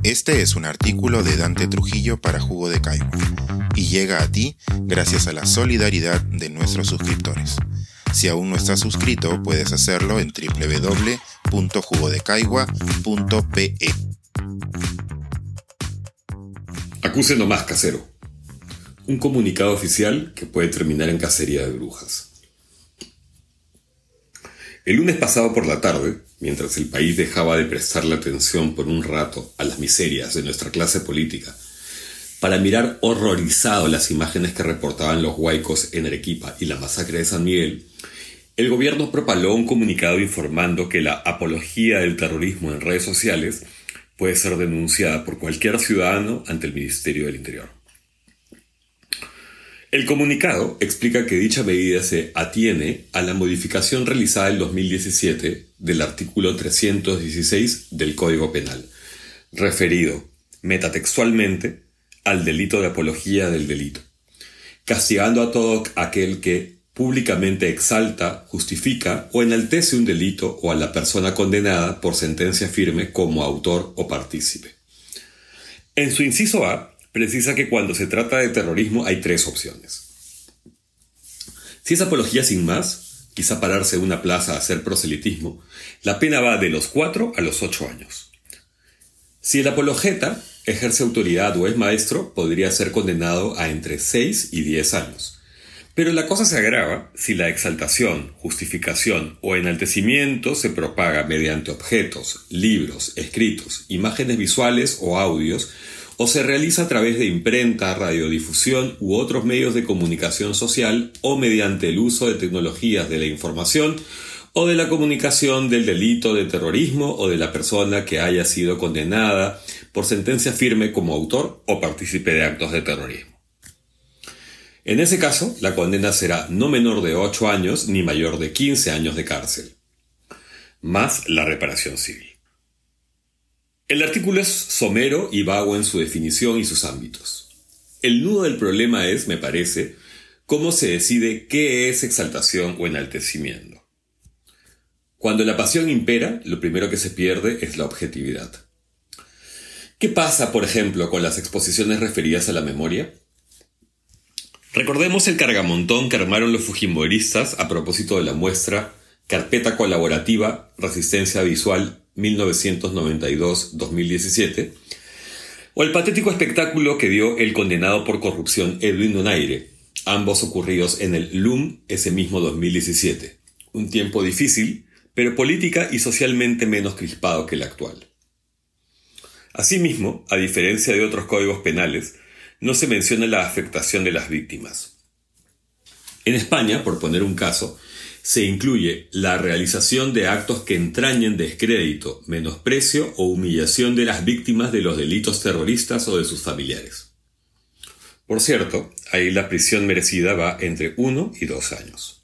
Este es un artículo de Dante Trujillo para Jugo de Caigua y llega a ti gracias a la solidaridad de nuestros suscriptores. Si aún no estás suscrito, puedes hacerlo en www.jugodecaigua.pe. Acuse nomás, casero. Un comunicado oficial que puede terminar en cacería de brujas. El lunes pasado por la tarde, mientras el país dejaba de prestarle atención por un rato a las miserias de nuestra clase política, para mirar horrorizado las imágenes que reportaban los huaicos en Arequipa y la masacre de San Miguel, el gobierno propaló un comunicado informando que la apología del terrorismo en redes sociales puede ser denunciada por cualquier ciudadano ante el Ministerio del Interior. El comunicado explica que dicha medida se atiene a la modificación realizada en 2017 del artículo 316 del Código Penal, referido metatextualmente al delito de apología del delito, castigando a todo aquel que públicamente exalta, justifica o enaltece un delito o a la persona condenada por sentencia firme como autor o partícipe. En su inciso A, precisa que cuando se trata de terrorismo hay tres opciones. Si es apología sin más, quizá pararse en una plaza a hacer proselitismo, la pena va de los 4 a los 8 años. Si el apologeta ejerce autoridad o es maestro, podría ser condenado a entre 6 y 10 años. Pero la cosa se agrava si la exaltación, justificación o enaltecimiento se propaga mediante objetos, libros, escritos, imágenes visuales o audios, o se realiza a través de imprenta, radiodifusión u otros medios de comunicación social o mediante el uso de tecnologías de la información o de la comunicación del delito de terrorismo o de la persona que haya sido condenada por sentencia firme como autor o partícipe de actos de terrorismo. En ese caso, la condena será no menor de 8 años ni mayor de 15 años de cárcel, más la reparación civil. El artículo es somero y vago en su definición y sus ámbitos. El nudo del problema es, me parece, cómo se decide qué es exaltación o enaltecimiento. Cuando la pasión impera, lo primero que se pierde es la objetividad. ¿Qué pasa, por ejemplo, con las exposiciones referidas a la memoria? Recordemos el cargamontón que armaron los fujimoristas a propósito de la muestra Carpeta Colaborativa Resistencia Visual 1992-2017, o el patético espectáculo que dio el condenado por corrupción Edwin Donaire, ambos ocurridos en el LUM ese mismo 2017, un tiempo difícil, pero política y socialmente menos crispado que el actual. Asimismo, a diferencia de otros códigos penales, no se menciona la afectación de las víctimas. En España, por poner un caso, se incluye la realización de actos que entrañen descrédito, menosprecio o humillación de las víctimas de los delitos terroristas o de sus familiares. Por cierto, ahí la prisión merecida va entre 1 y 2 años.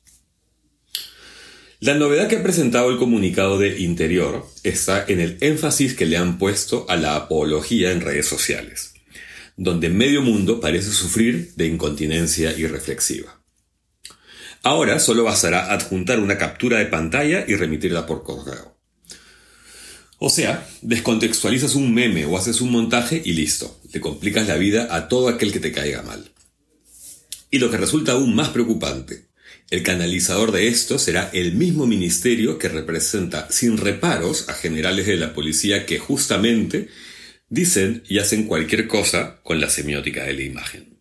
La novedad que ha presentado el comunicado de Interior está en el énfasis que le han puesto a la apología en redes sociales, donde medio mundo parece sufrir de incontinencia irreflexiva. Ahora solo bastará adjuntar una captura de pantalla y remitirla por correo. O sea, descontextualizas un meme o haces un montaje y listo, le complicas la vida a todo aquel que te caiga mal. Y lo que resulta aún más preocupante, el canalizador de esto será el mismo ministerio que representa sin reparos a generales de la policía que justamente dicen y hacen cualquier cosa con la semiótica de la imagen.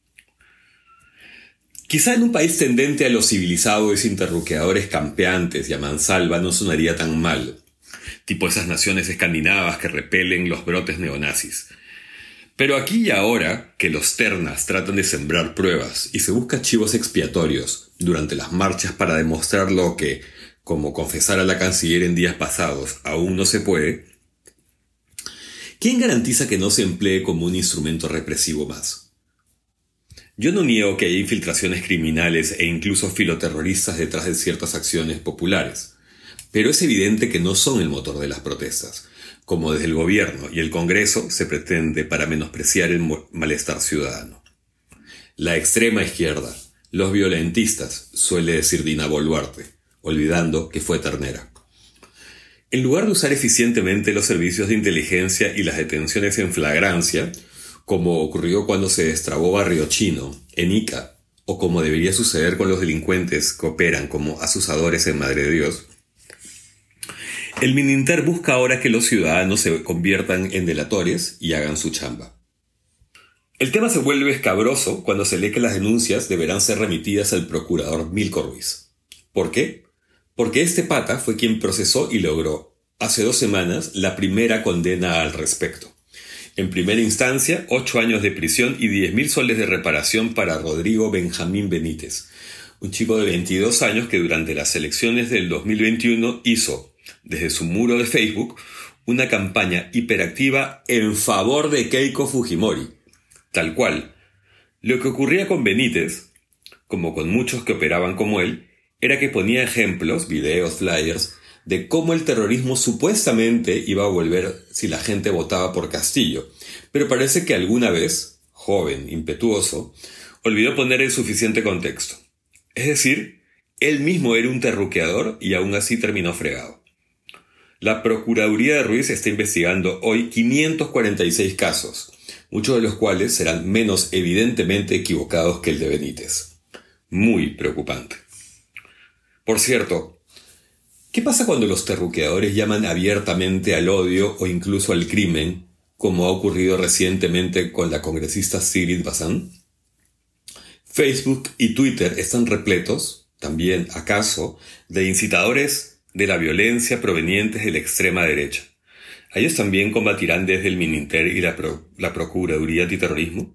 Quizá en un país tendente a lo civilizado y sin terruqueadores campeantes y a mansalva no sonaría tan mal, tipo esas naciones escandinavas que repelen los brotes neonazis. Pero aquí y ahora, que los ternas tratan de sembrar pruebas y se busca chivos expiatorios durante las marchas para demostrar lo que, como confesara la canciller en días pasados, aún no se puede, ¿quién garantiza que no se emplee como un instrumento represivo más? Yo no niego que haya infiltraciones criminales e incluso filoterroristas detrás de ciertas acciones populares, pero es evidente que no son el motor de las protestas, como desde el gobierno y el Congreso se pretende para menospreciar el malestar ciudadano. La extrema izquierda, los violentistas, suele decir Dina Boluarte, olvidando que fue ternera. En lugar de usar eficientemente los servicios de inteligencia y las detenciones en flagrancia, como ocurrió cuando se destrabó Barrio Chino, en Ica, o como debería suceder con los delincuentes que operan como asusadores en Madre de Dios, el Mininter busca ahora que los ciudadanos se conviertan en delatores y hagan su chamba. El tema se vuelve escabroso cuando se lee que las denuncias deberán ser remitidas al procurador Milko Ruiz. ¿Por qué? Porque este pata fue quien procesó y logró, hace 2 semanas, la primera condena al respecto. En primera instancia, 8 años de prisión y 10.000 soles de reparación para Rodrigo Benjamín Benítez, un chico de 22 años que durante las elecciones del 2021 hizo, desde su muro de Facebook, una campaña hiperactiva en favor de Keiko Fujimori. Tal cual. Lo que ocurría con Benítez, como con muchos que operaban como él, era que ponía ejemplos, videos, flyers, de cómo el terrorismo supuestamente iba a volver si la gente votaba por Castillo. Pero parece que alguna vez, joven, impetuoso, olvidó poner el suficiente contexto. Es decir, él mismo era un terruqueador y aún así terminó fregado. La Procuraduría de Ruiz está investigando hoy 546 casos, muchos de los cuales serán menos evidentemente equivocados que el de Benítez. Muy preocupante. Por cierto, ¿qué pasa cuando los terruqueadores llaman abiertamente al odio o incluso al crimen, como ha ocurrido recientemente con la congresista Sigrid Bazán? Facebook y Twitter están repletos, también acaso, de incitadores de la violencia provenientes de la extrema derecha. ¿A ellos también combatirán desde el Mininter y la Procuraduría Antiterrorismo?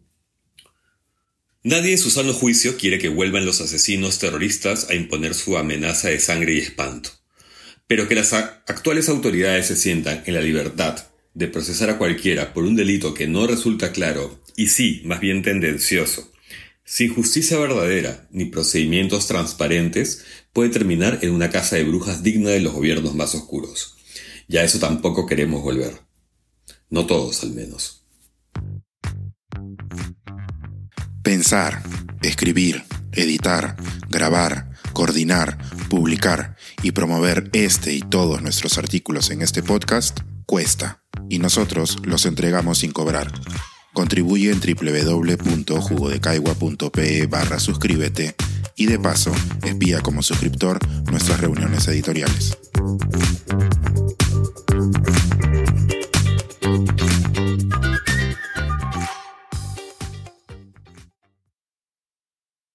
Nadie en su sano juicio quiere que vuelvan los asesinos terroristas a imponer su amenaza de sangre y espanto. Pero que las actuales autoridades se sientan en la libertad de procesar a cualquiera por un delito que no resulta claro y sí, más bien tendencioso, sin justicia verdadera ni procedimientos transparentes, puede terminar en una casa de brujas digna de los gobiernos más oscuros. Y a eso tampoco queremos volver. No todos, al menos. Pensar, escribir, editar, grabar, coordinar, publicar y promover este y todos nuestros artículos en este podcast cuesta, y nosotros los entregamos sin cobrar. Contribuye en www.jugodecaigua.pe/suscríbete y de paso espía como suscriptor nuestras reuniones editoriales.